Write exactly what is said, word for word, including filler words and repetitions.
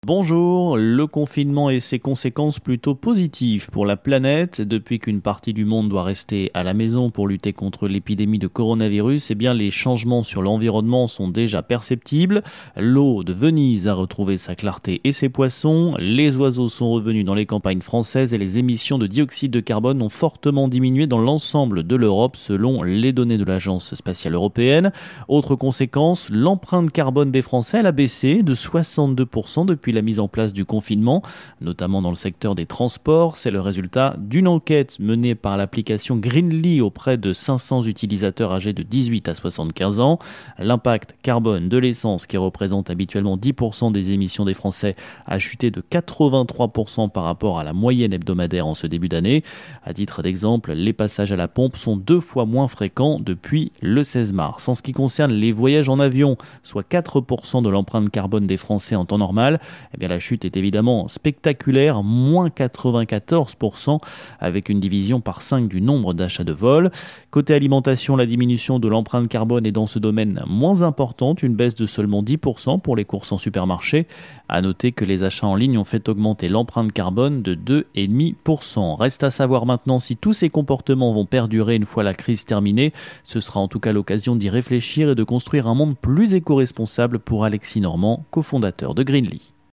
Bonjour, le confinement et ses conséquences plutôt positives pour la planète. Depuis qu'une partie du monde doit rester à la maison pour lutter contre l'épidémie de coronavirus, eh bien les changements sur l'environnement sont déjà perceptibles. L'eau de Venise a retrouvé sa clarté et ses poissons, les oiseaux sont revenus dans les campagnes françaises et les émissions de dioxyde de carbone ont fortement diminué dans l'ensemble de l'Europe selon les données de l'Agence spatiale européenne. Autre conséquence, l'empreinte carbone des Français elle a baissé de soixante-deux pour cent depuis la mise en place du confinement, notamment dans le secteur des transports. C'est le résultat d'une enquête menée par l'application Greenly auprès de cinq cents utilisateurs âgés de dix-huit à soixante-quinze ans. L'impact carbone de l'essence, qui représente habituellement dix pour cent des émissions des Français, a chuté de quatre-vingt-trois pour cent par rapport à la moyenne hebdomadaire en ce début d'année. À titre d'exemple, les passages à la pompe sont deux fois moins fréquents depuis le seize mars. En ce qui concerne les voyages en avion, soit quatre pour cent de l'empreinte carbone des Français en temps normal, eh bien la chute est évidemment spectaculaire, moins quatre-vingt-quatorze pour cent, avec une division par cinq du nombre d'achats de vol. Côté alimentation, la diminution de l'empreinte carbone est dans ce domaine moins importante, une baisse de seulement dix pour cent pour les courses en supermarché. À noter que les achats en ligne ont fait augmenter l'empreinte carbone de deux virgule cinq pour cent. Reste à savoir maintenant si tous ces comportements vont perdurer une fois la crise terminée. Ce sera en tout cas l'occasion d'y réfléchir et de construire un monde plus éco-responsable pour Alexis Normand, cofondateur de Greenly.